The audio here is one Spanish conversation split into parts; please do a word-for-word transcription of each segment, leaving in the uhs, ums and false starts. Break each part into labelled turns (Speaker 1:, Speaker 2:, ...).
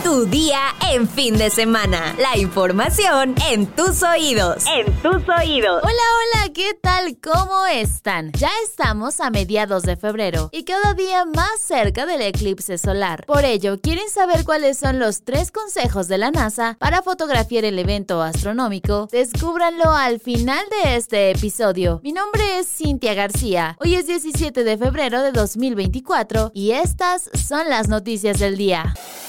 Speaker 1: Tu día en fin de semana. La información en tus oídos. En tus oídos.
Speaker 2: Hola, hola, ¿qué tal? ¿Cómo están? Ya estamos a mediados de febrero y cada día más cerca del eclipse solar. Por ello, ¿quieren saber cuáles son los tres consejos de la NASA para fotografiar el evento astronómico? Descúbranlo al final de este episodio. Mi nombre es Cintia García. Hoy es diecisiete de febrero de dos mil veinticuatro y estas son las noticias del día.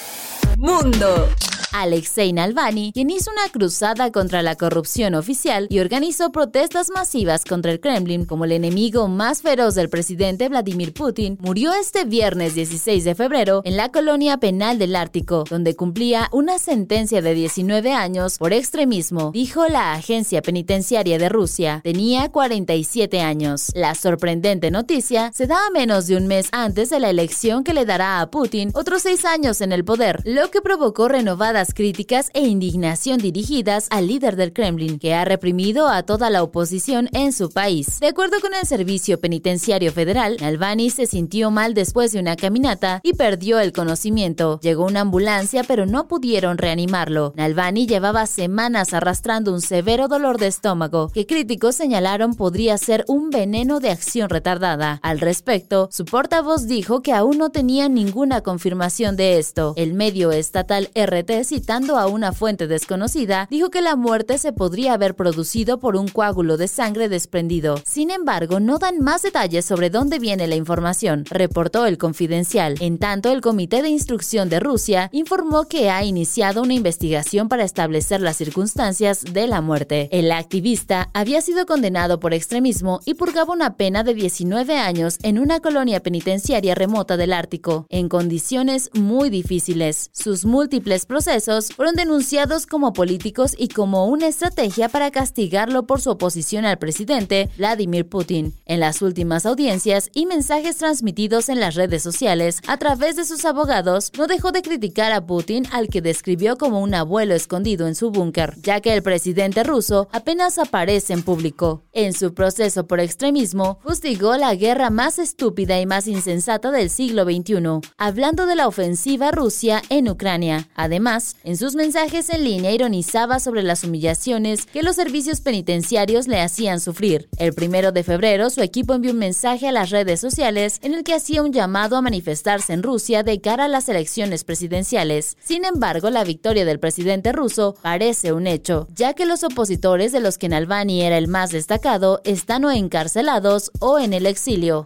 Speaker 1: Mundo.
Speaker 2: Alexei Navalny, quien hizo una cruzada contra la corrupción oficial y organizó protestas masivas contra el Kremlin como el enemigo más feroz del presidente Vladimir Putin, murió este viernes dieciséis de febrero en la colonia penal del Ártico, donde cumplía una sentencia de diecinueve años por extremismo, dijo la agencia penitenciaria de Rusia. Tenía cuarenta y siete años. La sorprendente noticia se da a menos de un mes antes de la elección que le dará a Putin otros seis años en el poder, lo que provocó renovadas críticas e indignación dirigidas al líder del Kremlin, que ha reprimido a toda la oposición en su país. De acuerdo con el Servicio Penitenciario Federal, Navalny se sintió mal después de una caminata y perdió el conocimiento. Llegó una ambulancia, pero no pudieron reanimarlo. Navalny llevaba semanas arrastrando un severo dolor de estómago, que críticos señalaron podría ser un veneno de acción retardada. Al respecto, su portavoz dijo que aún no tenía ninguna confirmación de esto. El medio estatal R T, citando a una fuente desconocida, dijo que la muerte se podría haber producido por un coágulo de sangre desprendido. Sin embargo, no dan más detalles sobre dónde viene la información, reportó el Confidencial. En tanto, el Comité de Instrucción de Rusia informó que ha iniciado una investigación para establecer las circunstancias de la muerte. El activista había sido condenado por extremismo y purgaba una pena de diecinueve años en una colonia penitenciaria remota del Ártico, en condiciones muy difíciles. Sus múltiples procesos fueron denunciados como políticos y como una estrategia para castigarlo por su oposición al presidente Vladimir Putin. En las últimas audiencias y mensajes transmitidos en las redes sociales a través de sus abogados, no dejó de criticar a Putin, al que describió como un abuelo escondido en su búnker, ya que el presidente ruso apenas aparece en público. En su proceso por extremismo, fustigó la guerra más estúpida y más insensata del siglo veintiuno, hablando de la ofensiva Rusia en Ucrania. Además, en sus mensajes en línea ironizaba sobre las humillaciones que los servicios penitenciarios le hacían sufrir. El primero de febrero, su equipo envió un mensaje a las redes sociales en el que hacía un llamado a manifestarse en Rusia de cara a las elecciones presidenciales. Sin embargo, la victoria del presidente ruso parece un hecho, ya que los opositores, de los que Navalny era el más destacado, están o encarcelados o en el exilio.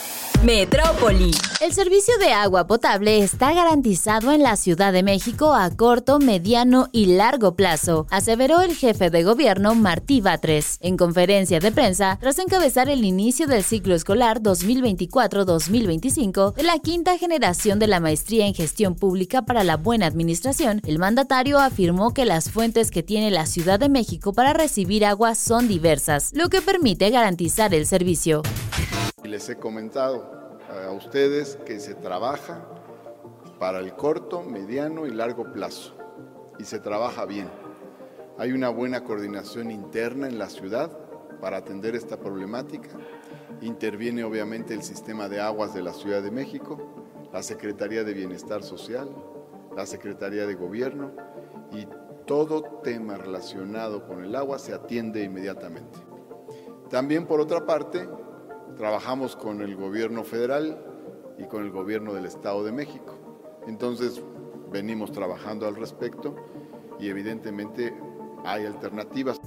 Speaker 1: Metrópoli.
Speaker 2: El servicio de agua potable está garantizado en la Ciudad de México a corto, mediano y largo plazo, aseveró el jefe de gobierno Martí Batres en conferencia de prensa tras encabezar el inicio del ciclo escolar dos mil veinticuatro dos mil veinticinco de la quinta generación de la Maestría en Gestión Pública para la Buena Administración. El mandatario afirmó que las fuentes que tiene la Ciudad de México para recibir agua son diversas, lo que permite garantizar el servicio.
Speaker 3: Les he comentado a ustedes que se trabaja para el corto, mediano y largo plazo y se trabaja bien. Hay una buena coordinación interna en la ciudad para atender esta problemática. Interviene obviamente el sistema de aguas de la Ciudad de México, la Secretaría de Bienestar Social, la Secretaría de Gobierno y todo tema relacionado con el agua se atiende inmediatamente. También, por otra parte, trabajamos con el gobierno federal y con el gobierno del Estado de México. Entonces, venimos trabajando al respecto y evidentemente hay alternativas.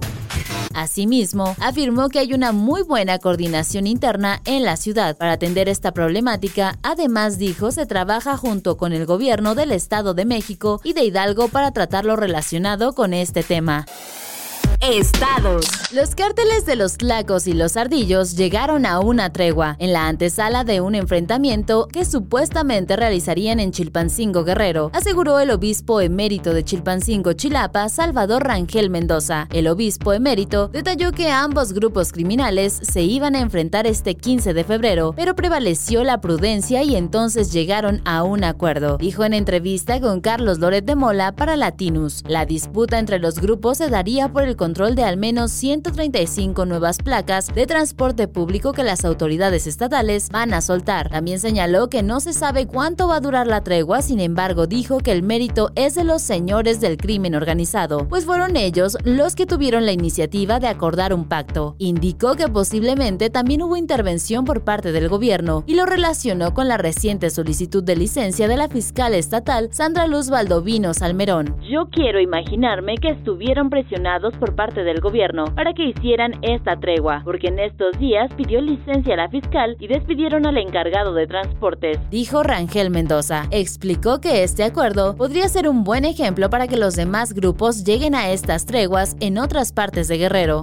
Speaker 2: Asimismo, afirmó que hay una muy buena coordinación interna en la ciudad para atender esta problemática. Además, dijo, se trabaja junto con el gobierno del Estado de México y de Hidalgo para tratar lo relacionado con este tema.
Speaker 1: Estados.
Speaker 2: Los cárteles de los Tlacos y los Ardillos llegaron a una tregua en la antesala de un enfrentamiento que supuestamente realizarían en Chilpancingo, Guerrero, aseguró el obispo emérito de Chilpancingo, Chilapa, Salvador Rangel Mendoza. El obispo emérito detalló que ambos grupos criminales se iban a enfrentar este quince de febrero, pero prevaleció la prudencia y entonces llegaron a un acuerdo. Dijo en entrevista con Carlos Loret de Mola para Latinus, la disputa entre los grupos se daría por el control control de al menos ciento treinta y cinco nuevas placas de transporte público que las autoridades estatales van a soltar. También señaló que no se sabe cuánto va a durar la tregua, sin embargo dijo que el mérito es de los señores del crimen organizado, pues fueron ellos los que tuvieron la iniciativa de acordar un pacto. Indicó que posiblemente también hubo intervención por parte del gobierno y lo relacionó con la reciente solicitud de licencia de la fiscal estatal Sandra Luz Baldovino Salmerón.
Speaker 4: Yo quiero imaginarme que estuvieron presionados por parte del gobierno para que hicieran esta tregua, porque en estos días pidió licencia a la fiscal y despidieron al encargado de transportes,
Speaker 2: dijo Rangel Mendoza. Explicó que este acuerdo podría ser un buen ejemplo para que los demás grupos lleguen a estas treguas en otras partes de Guerrero.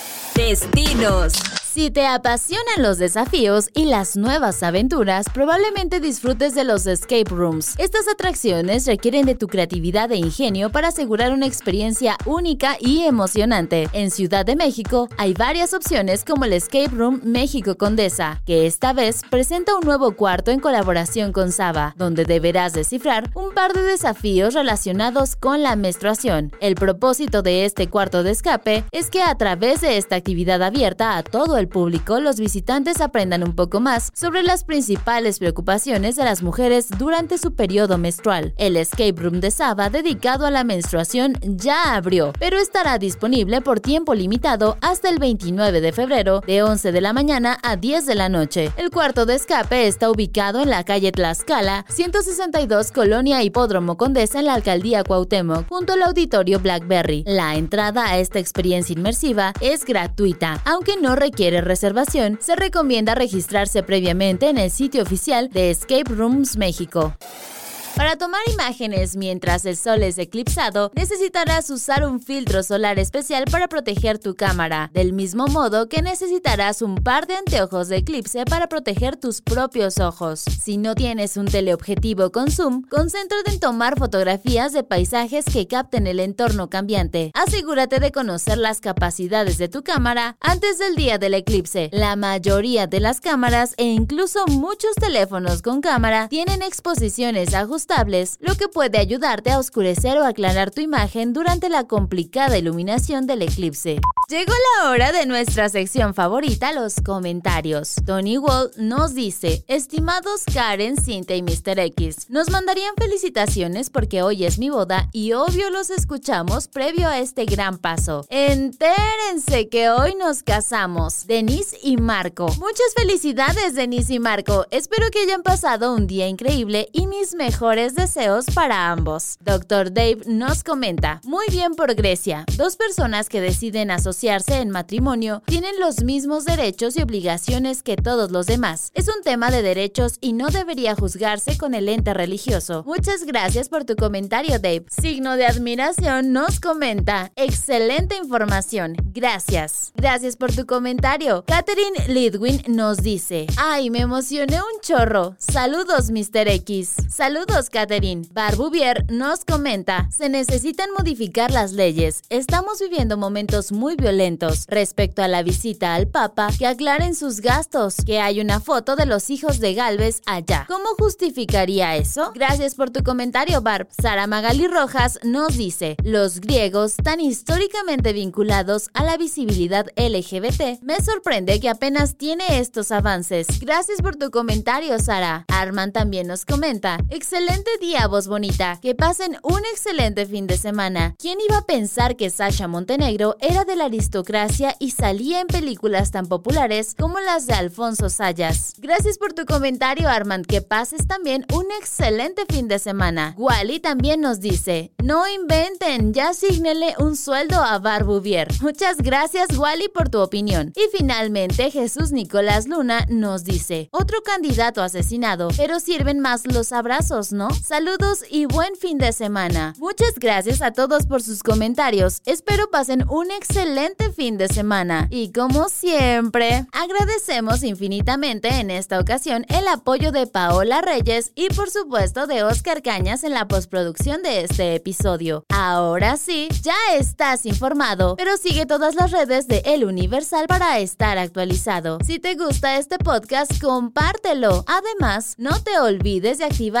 Speaker 1: Destinos.
Speaker 2: Si te apasionan los desafíos y las nuevas aventuras, probablemente disfrutes de los escape rooms. Estas atracciones requieren de tu creatividad e ingenio para asegurar una experiencia única y emocionante. En Ciudad de México hay varias opciones como el Escape Room México Condesa, que esta vez presenta un nuevo cuarto en colaboración con Saba, donde deberás descifrar un par de desafíos relacionados con la menstruación. El propósito de este cuarto de escape es que a través de esta actividad abierta a todo el público, los visitantes aprendan un poco más sobre las principales preocupaciones de las mujeres durante su periodo menstrual. El Escape Room de Saba, dedicado a la menstruación, ya abrió, pero estará disponible por tiempo limitado hasta el veintinueve de febrero, de once de la mañana a diez de la noche. El cuarto de escape está ubicado en la calle Tlaxcala, ciento sesenta y dos, Colonia Hipódromo Condesa, en la alcaldía Cuauhtémoc, junto al auditorio Blackberry. La entrada a esta experiencia inmersiva es gratuita, aunque no requiere reservación. Se recomienda registrarse previamente en el sitio oficial de Escape Rooms México. Para tomar imágenes mientras el sol es eclipsado, necesitarás usar un filtro solar especial para proteger tu cámara, del mismo modo que necesitarás un par de anteojos de eclipse para proteger tus propios ojos. Si no tienes un teleobjetivo con zoom, concéntrate en tomar fotografías de paisajes que capten el entorno cambiante. Asegúrate de conocer las capacidades de tu cámara antes del día del eclipse. La mayoría de las cámaras e incluso muchos teléfonos con cámara tienen exposiciones ajustadas, lo que puede ayudarte a oscurecer o aclarar tu imagen durante la complicada iluminación del eclipse. Llegó la hora de nuestra sección favorita, los comentarios. Tony Wall nos dice: estimados Karen, Cintia y mister X, nos mandarían felicitaciones porque hoy es mi boda y obvio los escuchamos previo a este gran paso. Entérense que hoy nos casamos. Denise y Marco. Muchas felicidades, Denise y Marco. Espero que hayan pasado un día increíble y mis mejores deseos para ambos. doctor Dave nos comenta: muy bien por Grecia. Dos personas que deciden asociarse en matrimonio tienen los mismos derechos y obligaciones que todos los demás. Es un tema de derechos y no debería juzgarse con el ente religioso. Muchas gracias por tu comentario, Dave. Signo de admiración nos comenta: excelente información. Gracias. Gracias por tu comentario. Catherine Lidwin nos dice: ay, me emocioné un chorro. Saludos, mister X. Saludos, Catherine. Barbuvier nos comenta: se necesitan modificar las leyes. Estamos viviendo momentos muy violentos. Respecto a la visita al Papa, que aclaren sus gastos, que hay una foto de los hijos de Gálvez allá. ¿Cómo justificaría eso? Gracias por tu comentario, Barb. Sara Magali Rojas nos dice: los griegos, tan históricamente vinculados a la visibilidad L G B T, me sorprende que apenas tiene estos avances. Gracias por tu comentario, Sara. Arman también nos comenta: excelente día, voz bonita. Que pasen un excelente fin de semana. ¿Quién iba a pensar que Sasha Montenegro era de la aristocracia y salía en películas tan populares como las de Alfonso Sayas? Gracias por tu comentario, Armand. Que pases también un excelente fin de semana. Wally también nos dice: no inventen, ya asígnele un sueldo a Barbuvier. Muchas gracias, Wally, por tu opinión. Y finalmente, Jesús Nicolás Luna nos dice: otro candidato asesinado, pero sirven más los abrazos, ¿no? Saludos y buen fin de semana. Muchas gracias a todos por sus comentarios. Espero pasen un excelente fin de semana. Y como siempre, agradecemos infinitamente en esta ocasión el apoyo de Paola Reyes y por supuesto de Oscar Cañas en la postproducción de este episodio. Ahora sí, ya estás informado, pero sigue todas las redes de El Universal para estar actualizado. Si te gusta este podcast, compártelo. Además, no te olvides de activar tus notificaciones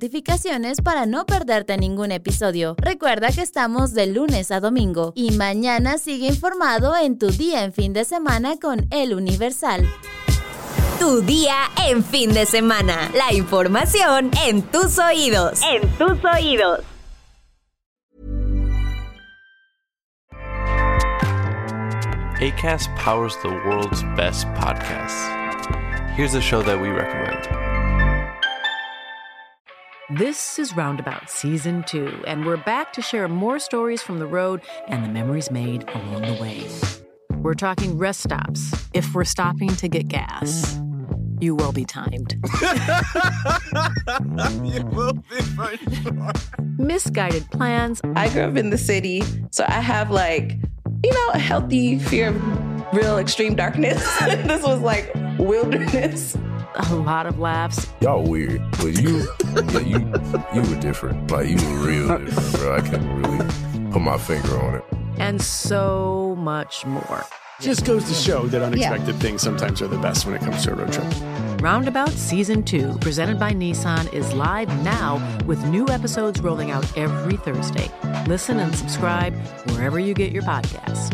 Speaker 2: notificaciones para no perderte ningún episodio. Recuerda que estamos de lunes a domingo y mañana sigue informado en Tu Día en Fin de Semana con El Universal.
Speaker 1: Tu día en fin de semana. La información en tus oídos.
Speaker 4: En tus oídos.
Speaker 5: Acast powers the world's best podcasts. Here's a show that we recommend.
Speaker 6: This is Roundabout Season two, and we're back to share more stories from the road and the memories made along the way. We're talking rest stops. If we're stopping to get gas, you will be timed.
Speaker 7: You will be for sure.
Speaker 6: Misguided plans.
Speaker 8: I grew up in the city, so I have like, you know, a healthy fear of real extreme darkness. This was like wilderness.
Speaker 6: A lot of laughs.
Speaker 7: Y'all weird, but you, yeah, you, you were different. Like, you were real different, bro. I can't really put my finger on it.
Speaker 6: And so much more.
Speaker 9: Just goes to show that unexpected yeah. things sometimes are the best when it comes to a road trip.
Speaker 6: Roundabout Season two, presented by Nissan, is live now with new episodes rolling out every Thursday. Listen and subscribe wherever you get your podcasts.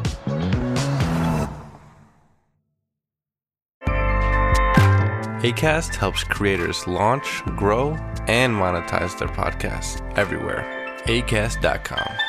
Speaker 5: Acast helps creators launch, grow, and monetize their podcasts everywhere. Acast dot com.